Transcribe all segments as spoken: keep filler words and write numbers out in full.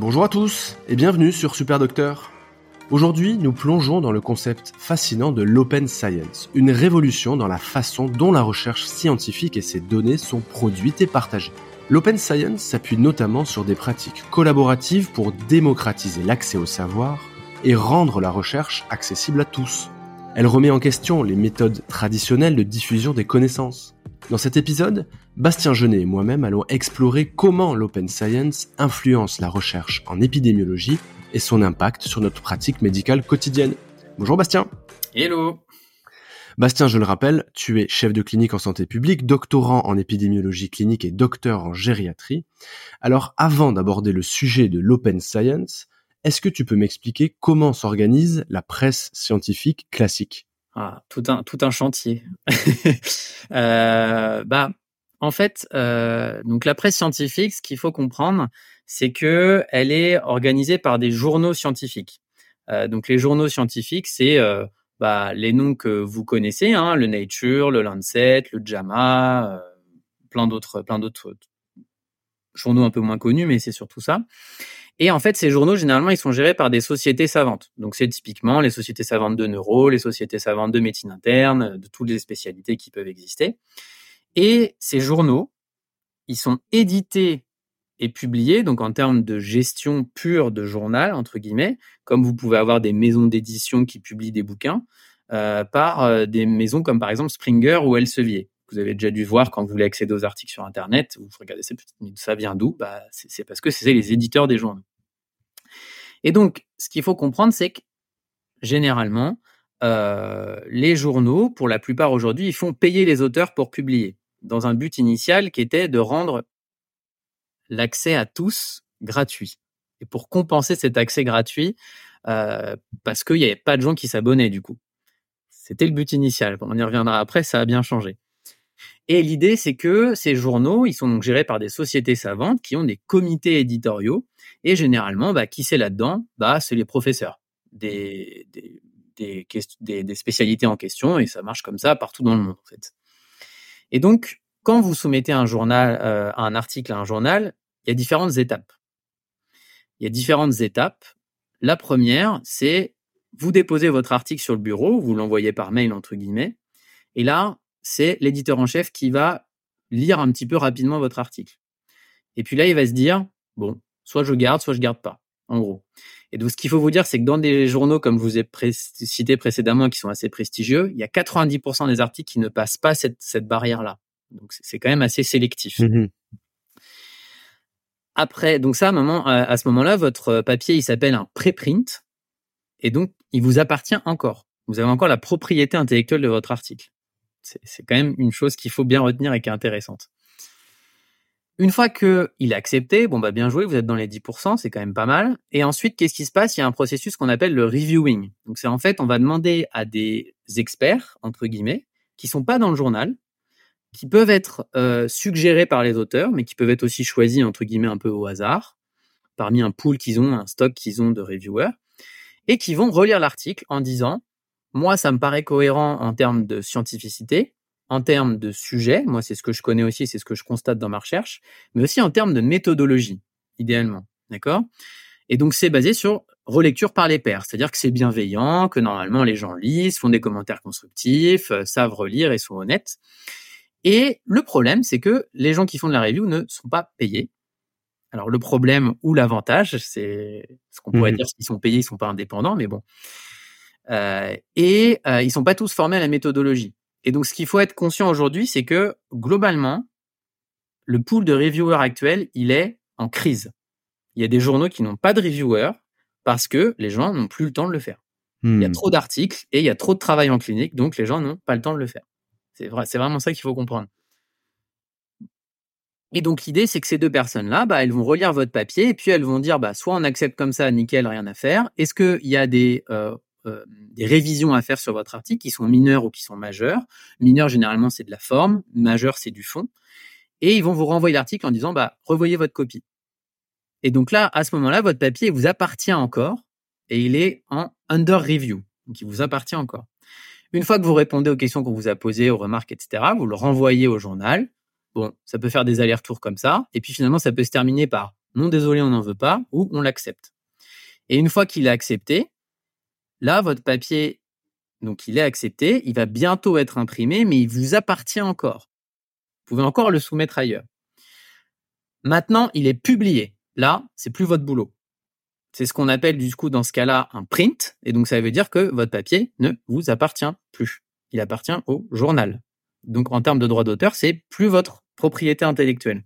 Bonjour à tous et bienvenue sur Super Docteur. Aujourd'hui, nous plongeons dans le concept fascinant de l'open science, une révolution dans la façon dont la recherche scientifique et ses données sont produites et partagées. L'open science s'appuie notamment sur des pratiques collaboratives pour démocratiser l'accès au savoir et rendre la recherche accessible à tous. Elle remet en question les méthodes traditionnelles de diffusion des connaissances. Dans cet épisode, Bastien Genet et moi-même allons explorer comment l'open science influence la recherche en épidémiologie et son impact sur notre pratique médicale quotidienne. Bonjour Bastien. Hello. Bastien, je le rappelle, tu es chef de clinique en santé publique, doctorant en épidémiologie clinique et docteur en gériatrie. Alors, avant d'aborder le sujet de l'open science, est-ce que tu peux m'expliquer comment s'organise la presse scientifique classique ? Ah, tout un tout un chantier. euh, bah, en fait, euh, donc la presse scientifique, ce qu'il faut comprendre, c'est que elle est organisée par des journaux scientifiques. Euh, donc les journaux scientifiques, c'est euh, bah, les noms que vous connaissez, hein, le Nature, le Lancet, le JAMA, euh, plein d'autres plein d'autres journaux un peu moins connus, mais c'est surtout ça. Et en fait, ces journaux, généralement, ils sont gérés par des sociétés savantes. Donc, c'est typiquement les sociétés savantes de neuro, les sociétés savantes de médecine interne, de toutes les spécialités qui peuvent exister. Et ces journaux, ils sont édités et publiés, donc en termes de gestion pure de journal, entre guillemets, comme vous pouvez avoir des maisons d'édition qui publient des bouquins, euh, par euh, des maisons comme par exemple Springer ou Elsevier. Vous avez déjà dû voir quand vous voulez accéder aux articles sur Internet, vous regardez ça, ça vient d'où ? Bah, c'est, c'est parce que c'est les éditeurs des journaux. Et donc, ce qu'il faut comprendre, c'est que généralement, euh, les journaux, pour la plupart aujourd'hui, ils font payer les auteurs pour publier, dans un but initial qui était de rendre l'accès à tous gratuit. Et pour compenser cet accès gratuit, euh, parce qu'il n'y avait pas de gens qui s'abonnaient du coup. C'était le but initial. On y reviendra après, ça a bien changé. Et l'idée, c'est que ces journaux, ils sont donc gérés par des sociétés savantes qui ont des comités éditoriaux. Et généralement, bah, qui c'est là-dedans ? Bah, c'est les professeurs des, des, des, des, des spécialités en question. Et ça marche comme ça partout dans le monde, en fait. Et donc, quand vous soumettez un journal, euh, un article à un journal, il y a différentes étapes. Il y a différentes étapes. La première, c'est vous déposez votre article sur le bureau, vous l'envoyez par mail, entre guillemets. Et là, c'est l'éditeur en chef qui va lire un petit peu rapidement votre article. Et puis là, il va se dire, bon, soit je garde, soit je garde pas, en gros. Et donc, ce qu'il faut vous dire, c'est que dans des journaux, comme je vous ai pré- cité précédemment, qui sont assez prestigieux, il y a quatre-vingt-dix pour cent des articles qui ne passent pas cette, cette barrière-là. Donc, c'est, c'est quand même assez sélectif. Mmh. Après, donc ça, à, moment, à ce moment-là, votre papier, il s'appelle un préprint. Et donc, il vous appartient encore. Vous avez encore la propriété intellectuelle de votre article. C'est, c'est quand même une chose qu'il faut bien retenir et qui est intéressante. Une fois qu'il est accepté, bon bah bien joué, vous êtes dans les dix pour cent, c'est quand même pas mal. Et ensuite, qu'est-ce qui se passe ? Il y a un processus qu'on appelle le reviewing. Donc c'est en fait, on va demander à des experts, entre guillemets, qui sont pas dans le journal, qui peuvent être euh, suggérés par les auteurs, mais qui peuvent être aussi choisis, entre guillemets, un peu au hasard, parmi un pool qu'ils ont, un stock qu'ils ont de reviewers, et qui vont relire l'article en disant « Moi, ça me paraît cohérent en termes de scientificité, en termes de sujet, moi, c'est ce que je connais aussi, c'est ce que je constate dans ma recherche, mais aussi en termes de méthodologie, idéalement. » D'accord ? Et donc, c'est basé sur relecture par les pairs, c'est-à-dire que c'est bienveillant, que normalement, les gens lisent, font des commentaires constructifs, euh, savent relire et sont honnêtes. Et le problème, c'est que les gens qui font de la review ne sont pas payés. Alors, le problème ou l'avantage, c'est ce qu'on pourrait mmh. dire, qu'ils sont payés, ils sont pas indépendants, mais bon. Euh, et euh, ils sont pas tous formés à la méthodologie. Et donc, ce qu'il faut être conscient aujourd'hui, c'est que globalement, le pool de reviewers actuel, il est en crise. Il y a des journaux qui n'ont pas de reviewers parce que les gens n'ont plus le temps de le faire. Mmh. Il y a trop d'articles et il y a trop de travail en clinique, donc les gens n'ont pas le temps de le faire. C'est vrai, c'est vraiment ça qu'il faut comprendre. Et donc, l'idée, c'est que ces deux personnes-là, bah, elles vont relire votre papier et puis elles vont dire, bah, soit on accepte comme ça, nickel, rien à faire. Est-ce qu'il y a des, euh, euh, des révisions à faire sur votre article qui sont mineures ou qui sont majeures ? Mineures, généralement, c'est de la forme. Majeures, c'est du fond. Et ils vont vous renvoyer l'article en disant, bah, revoyez votre copie. Et donc là, à ce moment-là, votre papier vous appartient encore et il est en under review. Donc, il vous appartient encore. Une fois que vous répondez aux questions qu'on vous a posées, aux remarques, et cetera, vous le renvoyez au journal. Bon, ça peut faire des allers-retours comme ça. Et puis finalement, ça peut se terminer par non désolé, on n'en veut pas, ou on l'accepte. Et une fois qu'il est accepté, là, votre papier, donc il est accepté, il va bientôt être imprimé, mais il vous appartient encore. Vous pouvez encore le soumettre ailleurs. Maintenant, il est publié. Là, c'est plus votre boulot. C'est ce qu'on appelle du coup dans ce cas-là un print, et donc ça veut dire que votre papier ne vous appartient plus. Il appartient au journal. Donc en termes de droit d'auteur, c'est plus votre propriété intellectuelle.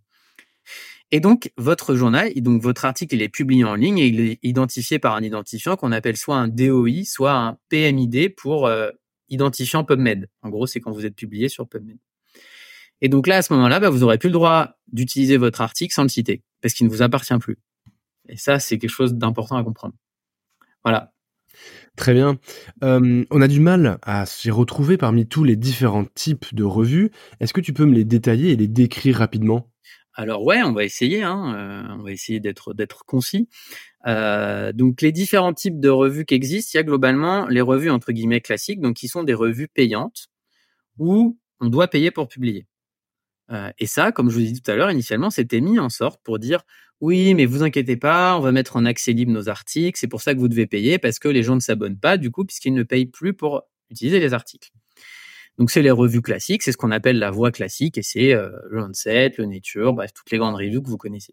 Et donc votre journal, donc votre article, il est publié en ligne et il est identifié par un identifiant qu'on appelle soit un D O I, soit un P M I D pour euh, identifiant PubMed. En gros, c'est quand vous êtes publié sur PubMed. Et donc là, à ce moment-là, bah, vous n'aurez plus le droit d'utiliser votre article sans le citer, parce qu'il ne vous appartient plus. Et ça, c'est quelque chose d'important à comprendre. Voilà. Très bien. Euh, on a du mal à s'y retrouver parmi tous les différents types de revues. Est-ce que tu peux me les détailler et les décrire rapidement ? Alors ouais, on va essayer. Hein, euh, on va essayer d'être d'être concis. Euh, donc les différents types de revues qui existent, il y a globalement les revues entre guillemets classiques, donc qui sont des revues payantes où on doit payer pour publier. Euh, et ça, comme je vous ai dit tout à l'heure, initialement, c'était mis en sorte pour dire oui, mais vous inquiétez pas, on va mettre en accès libre nos articles, c'est pour ça que vous devez payer, parce que les gens ne s'abonnent pas, du coup, puisqu'ils ne payent plus pour utiliser les articles. Donc, c'est les revues classiques, c'est ce qu'on appelle la voie classique, et c'est euh, le Lancet, le Nature, bref, toutes les grandes revues que vous connaissez.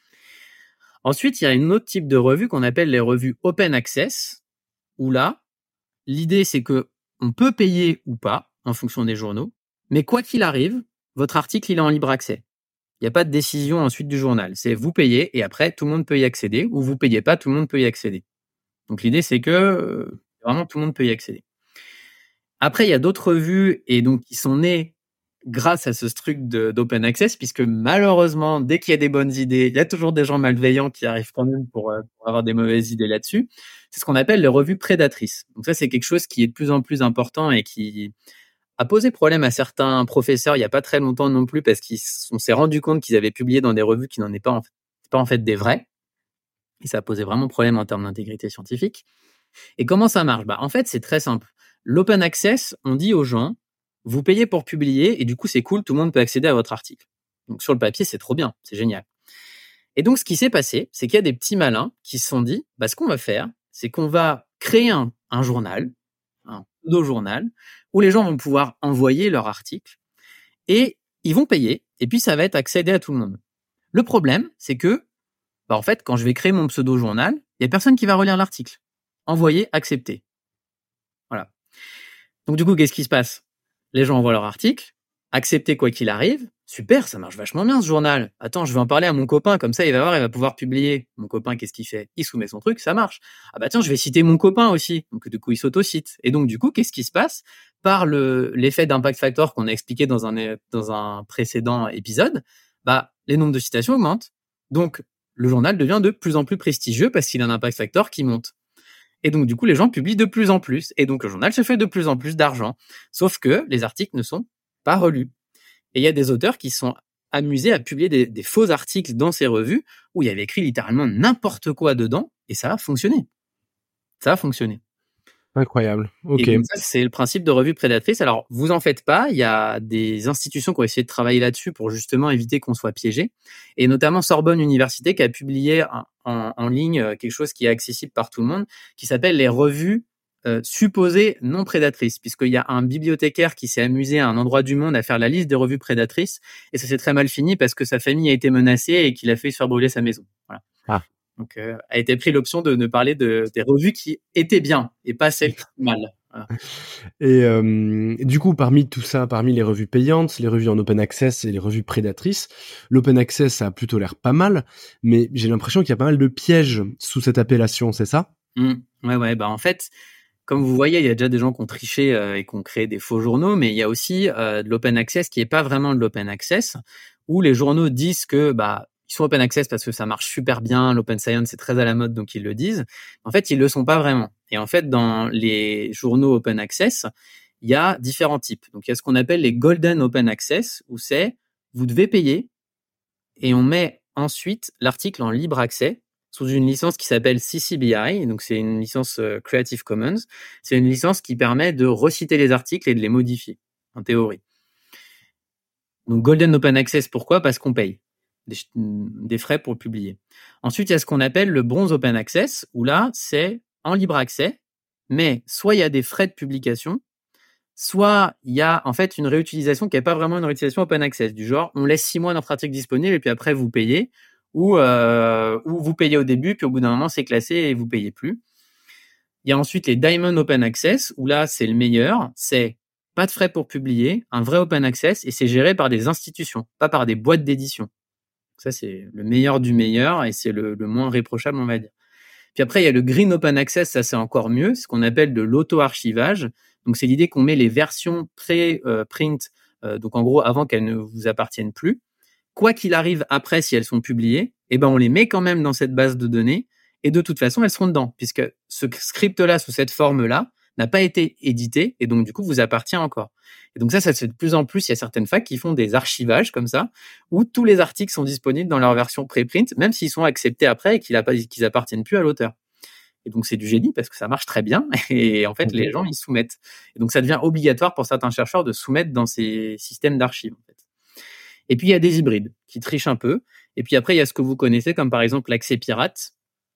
Ensuite, il y a un autre type de revue qu'on appelle les revues Open Access, où là, l'idée, c'est que on peut payer ou pas, en fonction des journaux, mais quoi qu'il arrive, votre article, il est en libre accès. Il n'y a pas de décision ensuite du journal. C'est vous payez et après, tout le monde peut y accéder, ou vous payez pas, tout le monde peut y accéder. Donc, l'idée, c'est que euh, vraiment tout le monde peut y accéder. Après, il y a d'autres revues et donc qui sont nées grâce à ce truc de, d'open access, puisque malheureusement, dès qu'il y a des bonnes idées, il y a toujours des gens malveillants qui arrivent quand même pour, euh, pour avoir des mauvaises idées là-dessus. C'est ce qu'on appelle les revues prédatrices. Donc ça, c'est quelque chose qui est de plus en plus important et qui a posé problème à certains professeurs il n'y a pas très longtemps non plus, parce qu'on s'est rendu compte qu'ils avaient publié dans des revues qui n'en étaient pas en fait, pas en fait des vraies. Et ça a posé vraiment problème en termes d'intégrité scientifique. Et comment ça marche ? Bah, en fait, c'est très simple. L'open access, on dit aux gens, vous payez pour publier et du coup, c'est cool, tout le monde peut accéder à votre article. Donc, sur le papier, c'est trop bien, c'est génial. Et donc, ce qui s'est passé, c'est qu'il y a des petits malins qui se sont dit, bah, ce qu'on va faire, c'est qu'on va créer un, un journal, un pseudo-journal, où les gens vont pouvoir envoyer leur article et ils vont payer et puis ça va être accédé à tout le monde. Le problème, c'est que, bah, en fait, quand je vais créer mon pseudo-journal, il y a personne qui va relire l'article. Envoyer, accepter. Voilà. Donc, du coup, qu'est-ce qui se passe ? Les gens envoient leur article, accepter quoi qu'il arrive. Super, ça marche vachement bien ce journal. Attends, je vais en parler à mon copain, comme ça il va voir, il va pouvoir publier. Mon copain, qu'est-ce qu'il fait ? Il soumet son truc, ça marche. Ah bah tiens, je vais citer mon copain aussi. Donc du coup, il s'auto-cite. Et donc du coup, qu'est-ce qui se passe ? Par le l'effet d'impact factor qu'on a expliqué dans un dans un précédent épisode, bah les nombres de citations augmentent. Donc le journal devient de plus en plus prestigieux parce qu'il a un impact factor qui monte. Et donc du coup, les gens publient de plus en plus. Et donc le journal se fait de plus en plus d'argent. Sauf que les articles ne sont pas relus. Et il y a des auteurs qui sont amusés à publier des, des faux articles dans ces revues où il y avait écrit littéralement n'importe quoi dedans et ça a fonctionné. Ça a fonctionné. Incroyable. Ok. Et donc ça, c'est le principe de revue prédatrice. Alors, vous en faites pas. Il y a des institutions qui ont essayé de travailler là-dessus pour justement éviter qu'on soit piégé. Et notamment Sorbonne Université qui a publié en, en, en ligne quelque chose qui est accessible par tout le monde, qui s'appelle les revues Euh, supposée non prédatrice, puisqu'il y a un bibliothécaire qui s'est amusé à un endroit du monde à faire la liste des revues prédatrices, et ça s'est très mal fini parce que sa famille a été menacée et qu'il a fait se faire brûler sa maison. Voilà. Ah. Donc, euh, a été pris l'option de ne parler de, des revues qui étaient bien et pas celles qui étaient mal. Voilà. Et euh, du coup, parmi tout ça, parmi les revues payantes, les revues en open access et les revues prédatrices, l'open access, ça a plutôt l'air pas mal, mais j'ai l'impression qu'il y a pas mal de pièges sous cette appellation, c'est ça ? Mmh. Ouais, ouais, bah en fait, comme vous voyez, il y a déjà des gens qui ont triché euh, et qui ont créé des faux journaux, mais il y a aussi euh, de l'open access qui est pas vraiment de l'open access, où les journaux disent que bah ils sont open access parce que ça marche super bien, l'open science c'est très à la mode donc ils le disent. En fait, ils le sont pas vraiment. Et en fait, dans les journaux open access, il y a différents types. Donc il y a ce qu'on appelle les golden open access, où c'est vous devez payer et on met ensuite l'article en libre accès sous une licence qui s'appelle C C B I, donc c'est une licence euh, Creative Commons. C'est une licence qui permet de reciter les articles et de les modifier, en théorie. Donc Golden Open Access, pourquoi ? Parce qu'on paye. des, des frais pour publier. Ensuite, il y a ce qu'on appelle le bronze open access, où là, c'est en libre accès, mais soit il y a des frais de publication, soit il y a en fait une réutilisation qui n'est pas vraiment une réutilisation open access, du genre on laisse six mois notre article disponible et puis après vous payez, ou, euh, ou vous payez au début, puis au bout d'un moment c'est classé et vous payez plus. Il y a ensuite les Diamond Open Access, où là c'est le meilleur, c'est pas de frais pour publier, un vrai open access, et c'est géré par des institutions, pas par des boîtes d'édition. Ça c'est le meilleur du meilleur, et c'est le, le moins réprochable, on va dire. Puis après, il y a le Green Open Access, ça c'est encore mieux, ce qu'on appelle de l'auto-archivage. Donc c'est l'idée qu'on met les versions pré-print, euh, donc en gros avant qu'elles ne vous appartiennent plus. Quoi qu'il arrive après, si elles sont publiées, eh ben on les met quand même dans cette base de données, et de toute façon elles seront dedans, puisque ce script-là sous cette forme-là n'a pas été édité, et donc du coup vous appartient encore. Et donc ça, ça se fait de plus en plus. Il y a certaines facs qui font des archivages comme ça, où tous les articles sont disponibles dans leur version pré-print, même s'ils sont acceptés après et qu'ils, qu'ils appartiennent plus à l'auteur. Et donc c'est du génie parce que ça marche très bien, et en fait les gens ils soumettent. Et donc ça devient obligatoire pour certains chercheurs de soumettre dans ces systèmes d'archives, en fait. Et puis il y a des hybrides qui trichent un peu. Et puis après il y a ce que vous connaissez comme par exemple l'accès pirate,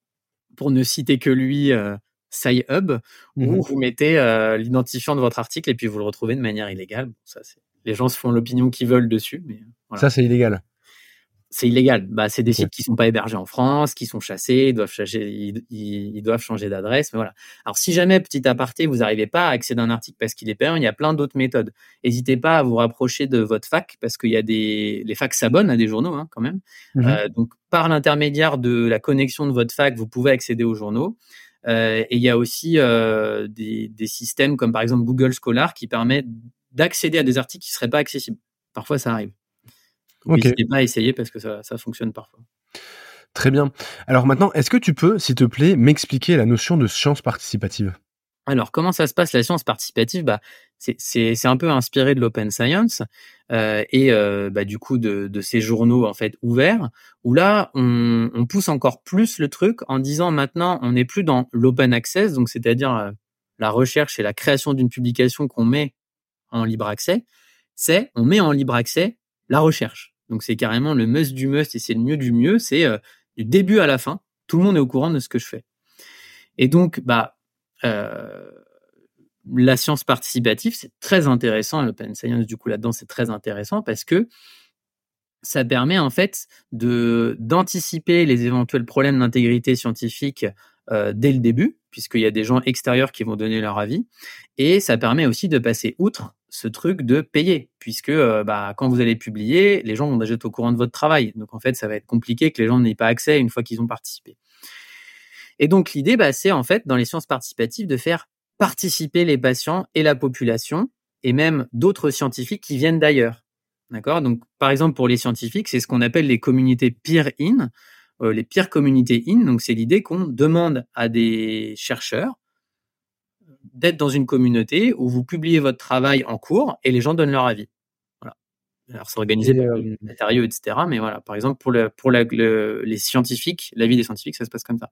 pour ne citer que lui, euh, SciHub, où mmh. vous mettez euh, l'identifiant de votre article et puis vous le retrouvez de manière illégale. Bon, ça, c'est... Les gens se font l'opinion qu'ils veulent dessus, mais voilà. Ça, c'est illégal. C'est illégal. Bah, c'est des sites ouais. qui sont pas hébergés en France, qui sont chassés, ils doivent changer, ils, ils doivent changer d'adresse, mais voilà. Alors, si jamais, petit aparté, vous n'arrivez pas à accéder à un article parce qu'il est payant, il y a plein d'autres méthodes. N'hésitez pas à vous rapprocher de votre fac, parce qu'il y a des, les facs s'abonnent à des journaux, hein, quand même. Mmh. Euh, donc, par l'intermédiaire de la connexion de votre fac, vous pouvez accéder aux journaux. Euh, et il y a aussi euh, des, des systèmes comme par exemple Google Scholar qui permet d'accéder à des articles qui ne seraient pas accessibles. Parfois, ça arrive. Donc, okay. N'hésitez pas à essayer parce que ça, ça fonctionne parfois. Très bien. Alors maintenant, est-ce que tu peux, s'il te plaît, m'expliquer la notion de science participative ? Alors, comment ça se passe, la science participative ? Bah, c'est, c'est, c'est un peu inspiré de l'open science euh, et euh, bah, du coup de, de ces journaux en fait ouverts, où là, on, on pousse encore plus le truc en disant maintenant, on n'est plus dans l'open access, donc c'est-à-dire euh, la recherche et la création d'une publication qu'on met en libre accès, c'est on met en libre accès la recherche. Donc, c'est carrément le must du must et c'est le mieux du mieux, c'est euh, du début à la fin, tout le monde est au courant de ce que je fais. Et donc, bah, Euh, la science participative, c'est très intéressant. L'open science, du coup, là-dedans, c'est très intéressant parce que ça permet, en fait, de, d'anticiper les éventuels problèmes d'intégrité scientifique euh, dès le début, puisqu'il y a des gens extérieurs qui vont donner leur avis. Et ça permet aussi de passer outre ce truc de payer, puisque euh, bah, quand vous allez publier, les gens vont déjà être au courant de votre travail. Donc, en fait, ça va être compliqué que les gens n'aient pas accès une fois qu'ils ont participé. Et donc, l'idée, bah, c'est en fait, dans les sciences participatives, de faire participer les patients et la population, et même d'autres scientifiques qui viennent d'ailleurs. D'accord ? Donc, par exemple, pour les scientifiques, c'est ce qu'on appelle les communautés peer-in, euh, les peer communautés in. Donc, c'est l'idée qu'on demande à des chercheurs d'être dans une communauté où vous publiez votre travail en cours et les gens donnent leur avis. Voilà. Alors, c'est organisé par euh... les matériaux, et cetera. Mais voilà, par exemple, pour, le, pour la, le, les scientifiques, l'avis des scientifiques, ça se passe comme ça.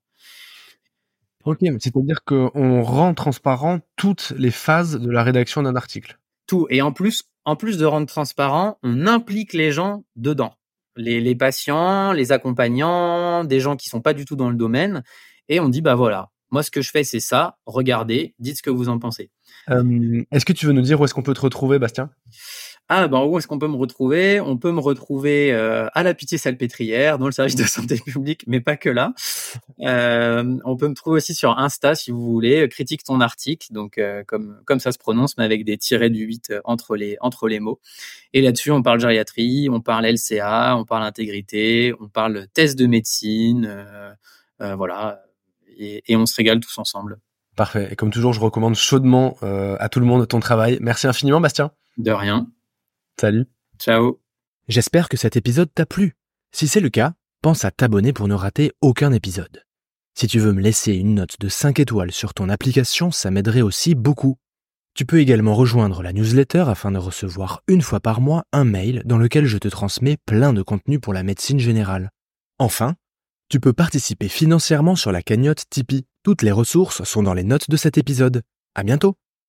Ok, c'est-à-dire qu'on rend transparent toutes les phases de la rédaction d'un article. Tout. Et en plus, en plus de rendre transparent, on implique les gens dedans. Les, les patients, les accompagnants, des gens qui sont pas du tout dans le domaine. Et on dit, bah voilà, moi, ce que je fais, c'est ça. Regardez, dites ce que vous en pensez. Euh, est-ce que tu veux nous dire où est-ce qu'on peut te retrouver, Bastien ? Ah, ben, où est-ce qu'on peut me retrouver ? On peut me retrouver euh, à la Pitié-Salpêtrière, dans le service de santé publique, mais pas que là. Euh, on peut me trouver aussi sur Insta, si vous voulez, critique ton article, donc euh, comme comme ça se prononce, mais avec des tirets du huit entre les entre les mots. Et là-dessus, on parle gériatrie, on parle L C A, on parle intégrité, on parle test de médecine, euh, euh, voilà, et, et on se régale tous ensemble. Parfait. Et comme toujours, je recommande chaudement euh, à tout le monde ton travail. Merci infiniment, Bastien. De rien. Salut. Ciao. J'espère que cet épisode t'a plu. Si c'est le cas, pense à t'abonner pour ne rater aucun épisode. Si tu veux me laisser une note de cinq étoiles sur ton application, ça m'aiderait aussi beaucoup. Tu peux également rejoindre la newsletter afin de recevoir une fois par mois un mail dans lequel je te transmets plein de contenu pour la médecine générale. Enfin, tu peux participer financièrement sur la cagnotte Tipeee. Toutes les ressources sont dans les notes de cet épisode. À bientôt!